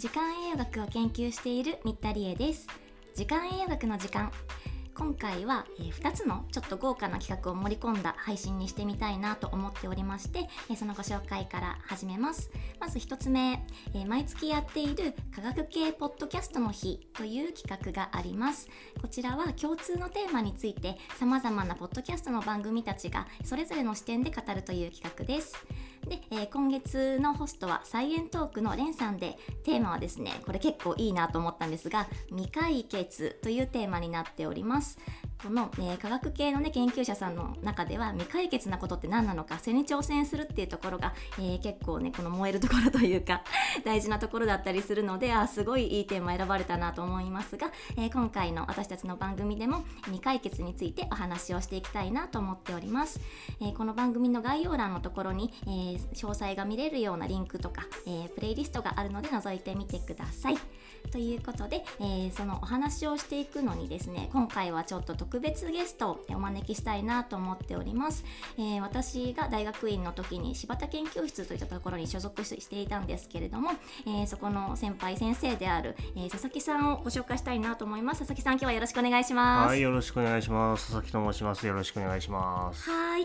時間栄養学を研究している新田理恵です。時間栄養学の時間、今回は2つのちょっと豪華な企画を盛り込んだ配信にしてみたいなと思っておりまして、そのご紹介から始めます。まず1つ目、毎月やっている科学系ポッドキャストの日という企画があります。こちらは共通のテーマについて様々なポッドキャストの番組たちがそれぞれの視点で語るという企画です。で、今月のホストはサイエントークのレンさんで、テーマはですね、これ結構いいなと思ったんですが、未解決というテーマになっております。この、科学系の、研究者さんの中では未解決なことって何なのか、それに挑戦するっていうところが、結構この燃えるところというか大事なところだったりするので、すごいいいテーマ選ばれたなと思いますが、今回の私たちの番組でも未解決についてお話をしていきたいなと思っております。この番組の概要欄のところに、詳細が見れるようなリンクとか、プレイリストがあるので覗いてみてください。ということで、そのお話をしていくのにですね、今回はちょっと特別ゲストをお招きしたいなと思っております。私が大学院の時に柴田研究室といったところに所属していたんですけれども、そこの先輩先生である、佐々木さんをご紹介したいなと思います。佐々木さん、今日はよろしくお願いします。 はい、よろしくお願いします。佐々木と申します。よろしくお願いします。 はい、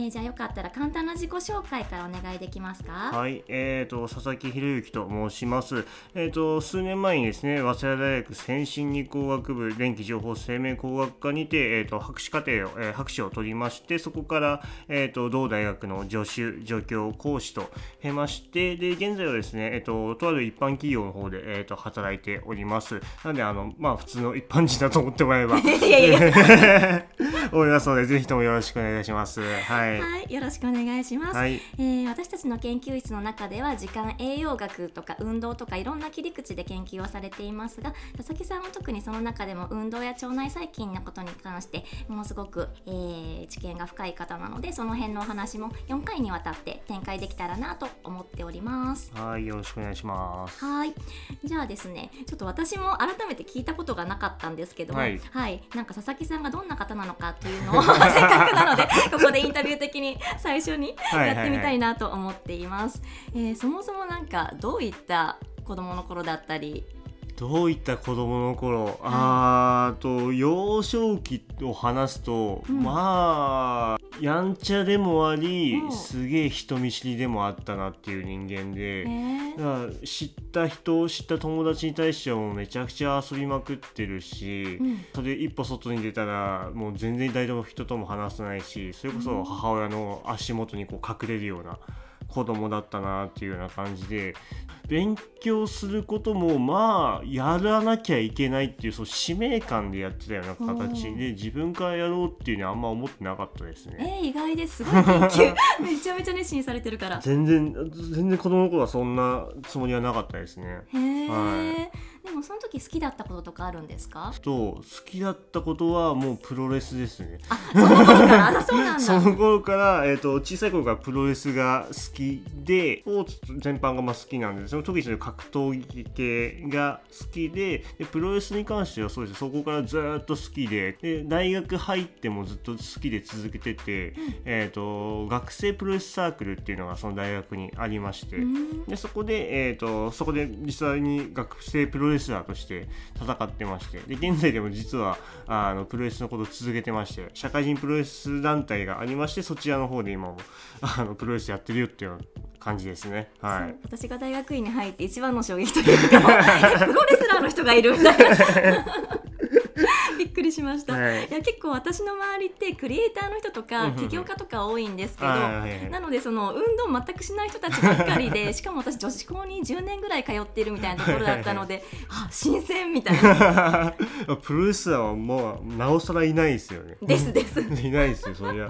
じゃあよかったら簡単な自己紹介からお願いできますか？ はい、佐々木博之と申します。数年前にですね、早稲田大学先進理工学部電気情報生命工学科にて、博士課程を、博士を取りまして、そこから、同大学の助手助教講師と経まして、で現在はですね、とある一般企業の方で、働いております。なので普通の一般人だと思ってもらえば思いますので、ぜひともよろしくお願いします。はい、 はい、よろしくお願いします。 はい、 私たちの研究室の中では時間栄養学とか運動とかいろんな切り口で研究をされていますが、佐々木さんは特にその中でも運動や腸内細菌のことに関してものすごく、知見が深い方なので、その辺のお話も4回にわたって展開できたらなと思っております。 はい、よろしくお願いします。 はい、じゃあですね、ちょっと私も改めて聞いたことがなかったんですけども、はい、なんか佐々木さんがどんな方なのかっていうのをせっかくなのでここでインタビュー的に最初にやってみたいなと思っています。そもそもなんかどういった子供の頃だったり、 どういった子供の頃、幼少期を話すと、やんちゃでもあり、すげえ人見知りでもあったなっていう人間で、だから知った友達に対してはもうめちゃくちゃ遊びまくってるし、それ一歩外に出たらもう全然誰とも人とも話さないし、それこそ母親の足元にこう隠れるような子供だったなっていうような感じで、勉強することもやらなきゃいけないっていう、そう使命感でやってたような形で、自分からやろうっていうのはあんま思ってなかったですね。 意外です。すごい研究めちゃめちゃ熱心されてるから全然子供の頃はそんなつもりはなかったですね。 でもその時好きだったこととかあるんですか？ 好きだったことはもうプロレスですね。 その頃からそうなんだ。 その頃から、小さい頃からプロレスが好きで、スポーツ全般が好きなんです。特に格闘技系が好きで、プロレスに関してはそうです。そこからずっと好きで、大学入ってもずっと好きで続けてて、学生プロレスサークルっていうのがその大学にありまして、でそこで実際に学生プロレスラーとして戦ってまして、で現在でも実はプロレスのことを続けてまして、社会人プロレス団体がありまして、そちらの方で今もプロレスやってるよっていう感じですね。はい、 私が大学院に入って一番の衝撃というかプロレスラーの人がいるみたいなびっくりしました。いや、結構私の周りってクリエイターの人とか起業家とか多いんですけど、なのでその運動全くしない人たちばっかりで、しかも私女子校に10年ぐらい通っているみたいなところだったので新鮮みたいなプロレスラーはもうなおさらいないですよね。 ですいないですよ、そりゃ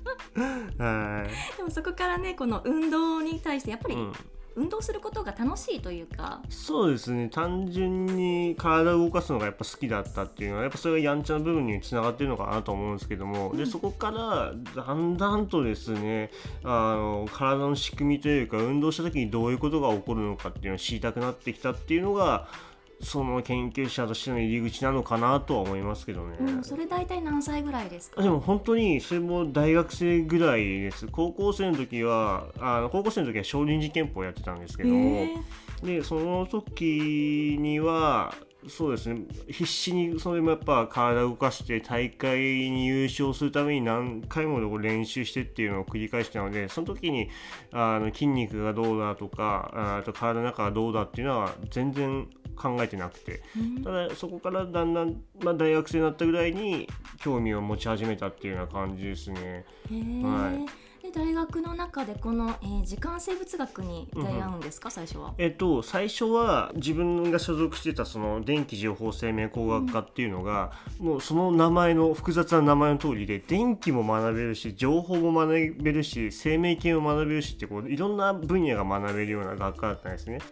でもそこからね、この運動に対してやっぱり、運動することが楽しいというか、そうですね、単純に体を動かすのがやっぱ好きだったっていうのは、やっぱそれがやんちゃな部分につながってるのかなと思うんですけども、でそこからだんだんとですね、体の仕組みというか、運動した時にどういうことが起こるのかっていうのを知りたくなってきたっていうのがその研究者としての入り口なのかなとは思いますけどね。 それ大体何歳ぐらいですか？ でも本当にそれも大学生ぐらいです。高校生の時は少林寺拳法をやってたんですけども、でその時にはそうですね、必死にそれもやっぱ体を動かして大会に優勝するために何回も練習してっていうのを繰り返したので、その時に筋肉がどうだとか、あと体の中がどうだっていうのは全然考えてなくて、ただそこからだんだん、大学生になったぐらいに興味を持ち始めたっていうような感じですね。はい。 で大学の中でこの、時間生物学に出会うんですか、最初は？ 最初は自分が所属してたその電気情報生命工学科っていうのが、もうその名前の複雑な名前の通りで、電気も学べるし情報も学べるし生命系も学べるしっていろんな分野が学べるような学科だったんですね。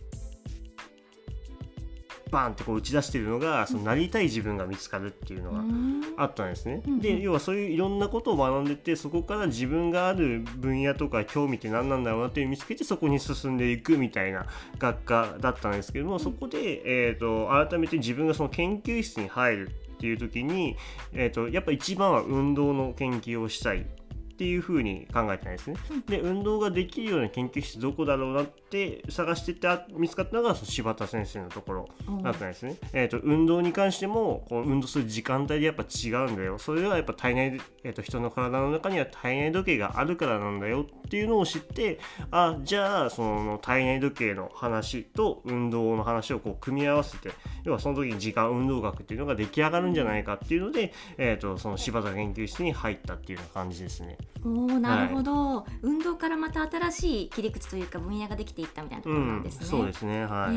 バーンって打ち出しているのが、そのなりたい自分が見つかるっていうのがあったんですね。で要はそういういろんなことを学んでて、そこから自分がある分野とか興味って何なんだろうなって見つけて、そこに進んでいくみたいな学科だったんですけども、そこで、改めて自分がその研究室に入るっていう時に、やっぱ一番は運動の研究をしたいっていう風に考えてないですね。で運動ができるような研究室どこだろうなって探してって見つかったのがその柴田先生のところだったんですね。運動に関しても運動する時間帯でやっぱ違うんだよ。それはやっぱ体内、人の体の中には体内時計があるからなんだよっていうのを知って、じゃあその体内時計の話と運動の話を組み合わせて、要はその時に時間運動学っていうのが出来上がるんじゃないかっていうので、その柴田研究室に入ったっていうような感じですね。 なるほど、運動からまた新しい切り口というか分野ができていったみたいなところなんですね。 そうですね、はい。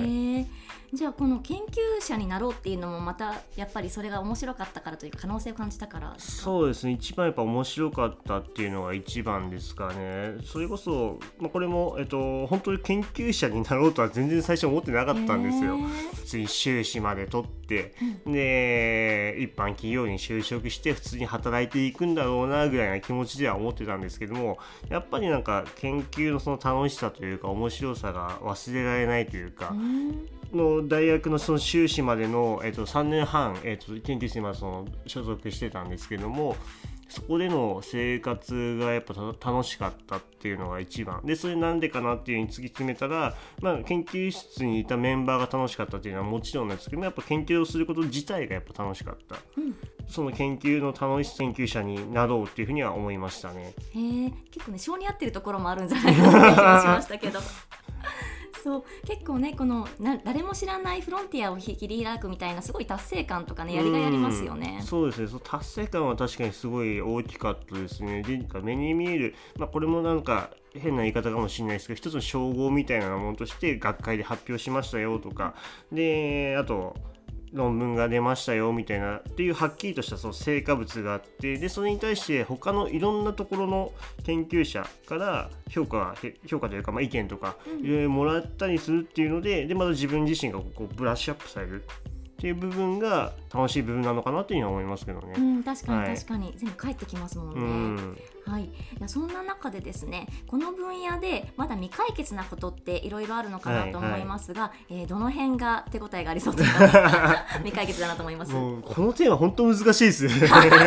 じゃあこの研究者になろうっていうのもまたやっぱりそれが面白かったからというか可能性を感じたからですか？ そうですね、一番やっぱ面白かったっていうのが一番ですかね。それこそ、これも、本当に研究者になろうとは全然最初思ってなかったんですよ。普通に修士まで取って、で一般企業に就職して普通に働いていくんだろうなぐらいな気持ちでは思ってたんですけども、やっぱりなんか研究のその楽しさというか面白さが忘れられないというか、の大学のその修士までの、3年半、研究室にその所属してたんですけども、そこでの生活がやっぱ楽しかったっていうのが一番で、それなんでかなっていうのに突き詰めたら、研究室にいたメンバーが楽しかったっていうのはもちろんなんですけど、やっぱ研究をすること自体がやっぱ楽しかった、その研究の楽しさ、研究者になろうっていうふうには思いましたね。 結構ね性に合ってるところもあるんじゃないかなって気がしましたけどそう結構ねこの誰も知らないフロンティアを切り開くみたいなすごい達成感とかねやりがいありますよね。 そうですね、その達成感は確かにすごい大きかったですね。で目に見える、これもなんか変な言い方かもしれないですけど、一つの称号みたいなものとして学会で発表しましたよとかで、あと論文が出ましたよみたいなっていうはっきりとしたその成果物があって、でそれに対して他のいろんなところの研究者から評価というか、意見とかいろいろもらったりするっていうので、また自分自身がブラッシュアップされるっていう部分が楽しい部分なのかなというのは思いますけどね。 確かに確かに、全部返ってきますもんね。いやそんな中でですね、この分野でまだ未解決なことっていろいろあるのかなと思いますが、どの辺が手応えがありそうとか未解決だなと思います。 もうこのテーマ本当難しいですね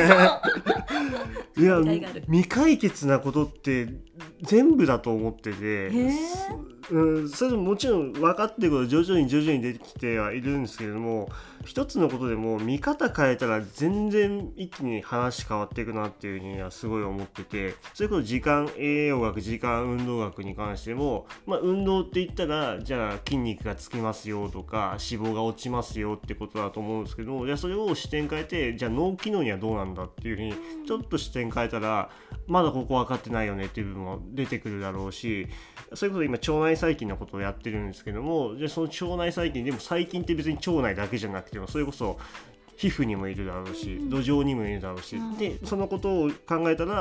いや未解決なことって全部だと思ってて、それでももちろん分かっていること徐々に出てきてはいるんですけれども、一つのことでも見方変えたら全然一気に話変わっていくなっていうふうにはすごい思ってて、それこそ時間栄養学、時間運動学に関しても、運動って言ったらじゃあ筋肉がつきますよとか脂肪が落ちますよってことだと思うんですけど、じゃあそれを視点変えて、じゃあ脳機能にはどうなんだっていうふうにちょっと視点変えたら、まだここ分かってないよねっていう部分も出てくるだろうし、それこそ今腸内細菌のことをやってるんですけども、じゃあその腸内細菌でも細菌って別に腸内だけじゃなくても、それこそ皮膚にもいるだろうし土壌にもいるだろうし、でそのことを考えたら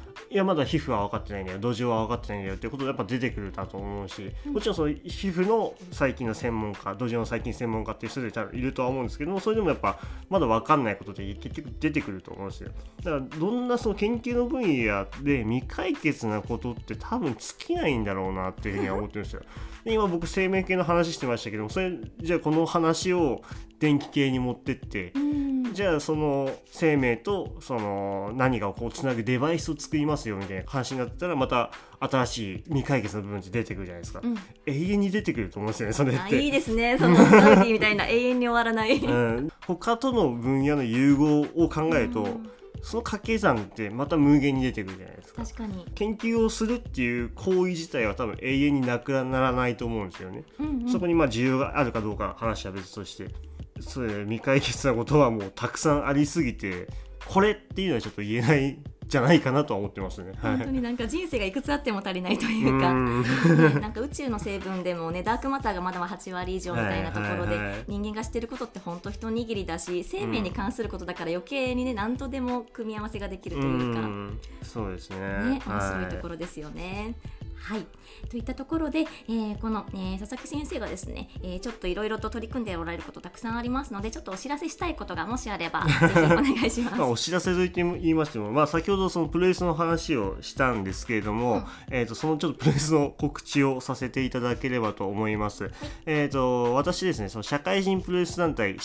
いやまだ皮膚は分かってないんだよ、土壌は分かってないんだよっていうことでやっぱ出てくるだと思うし、もちろんその皮膚の細菌の専門家、土壌の細菌専門家っていう人で多分いるとは思うんですけども、それでもやっぱまだ分かんないことで結局出てくると思うんですよ。だからどんなその研究の分野で未解決なことって多分尽きないんだろうなっていうふうには思ってるんですよ。で今僕生命系の話してましたけども、それじゃあこの話を電気系に持ってって、じゃあその生命とその何かをこうつなぐデバイスを作りますよみたいな話になったら、また新しい未解決の部分って出てくるじゃないですか、永遠に出てくると思うんですよね、それって。 いいですね、そのガウディみたいな永遠に終わらない、 他との分野の融合を考えると、その掛け算ってまた無限に出てくるじゃないですか。 確かに研究をするっていう行為自体は多分永遠になくならないと思うんですよね、そこにまあ需要があるかどうか話は別として、そういう未解決なことはもうたくさんありすぎて、これっていうのはちょっと言えないじゃないかなとは思ってますね。 本当になんか人生がいくつあっても足りないというか、ね、なんか宇宙の成分でもね、ダークマターがまだ8割以上みたいなところで、人間がしてることって本当一握りだし、生命に関することだから余計にね、何とでも組み合わせができるというか、 そうですね、 面白いところですよね。はい、といったところで、この、佐々木先生がですね、ちょっといろいろと取り組んでおられることたくさんありますので、ちょっとお知らせしたいことがもしあればぜひお願いします。 お知らせと言いましても、先ほどそのプロレスの話をしたんですけれども、そのちょっとプロレスの告知をさせていただければと思います。私ですね、その社会人プロレス団体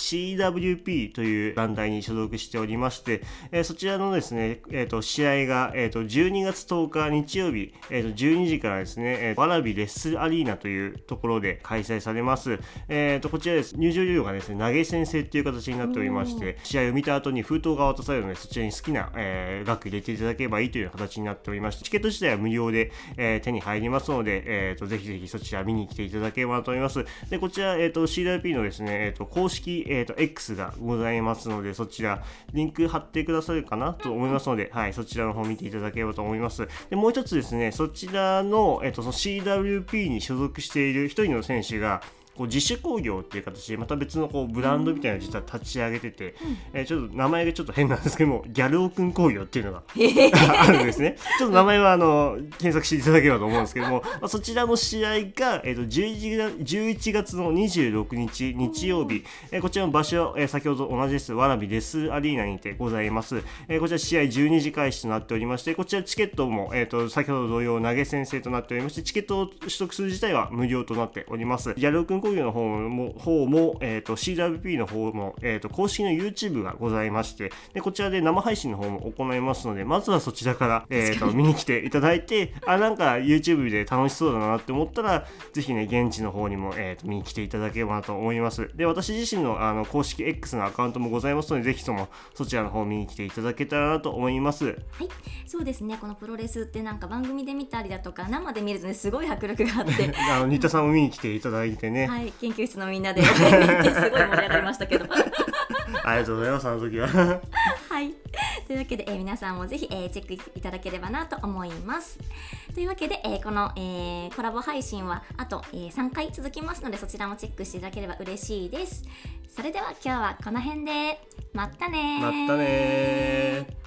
CWP という団体に所属しておりまして、そちらのですね、試合が、12月10日日曜日、12時からですね、わらびレッスルアリーナというところで開催されます。こちらです。入場料がですね、投げ先生っていう形になっておりまして、試合を見た後に封筒が渡されるので、そちらに好きな、額入れていただければいいという形になっておりまして、チケット自体は無料で、手に入りますので、ぜひぜひそちら見に来ていただければと思います。で、こちら、CWP のですね、公式、X がございますので、そちらリンク貼ってくださるかなと思いますので、はい、そちらの方見ていただければと思います。で、もう一つですね、そちらのその CWP に所属している一人の選手がこう自主興行っていう形でまた別のこうブランドみたいなのを実は立ち上げてて、ちょっと名前がちょっと変なんですけども、ギャルオくん興行っていうのがあるんですね。ちょっと名前は検索していただければと思うんですけども、そちらの試合が、11月の26日日曜日、こちらの場所は、先ほど同じです、わらびレスアリーナにてございます。こちら試合12時開始となっておりまして、こちらチケットも、先ほど同様投げ先生となっておりまして、チケットを取得する自体は無料となっております。ギャルオくん工業の方も、CWP の方も、公式の YouTube がございまして、でこちらで生配信の方も行いますので、まずはそちらから、見に来ていただいて、なんか YouTube で楽しそうだなって思ったら、ぜひね、現地の方にも、見に来ていただければなと思います。で、私自身の、公式 X のアカウントもございますので、ぜひともそちらの方を見に来ていただけたらなと思います。 はい、そうですね、このプロレスってなんか番組で見たりだとか、生で見るとね、すごい迫力があって新田さんも見に来ていただいてね、 はい、研究室のみんなで見てすごい盛り上がりましたけどありがとうございます、あの時ははい、というわけで、皆さんもぜひ、チェックいただければなと思います。というわけで、この、コラボ配信はあと、3回続きますので、そちらもチェックしていただければ嬉しいです。それでは今日はこの辺で、まったねー。 まったねー。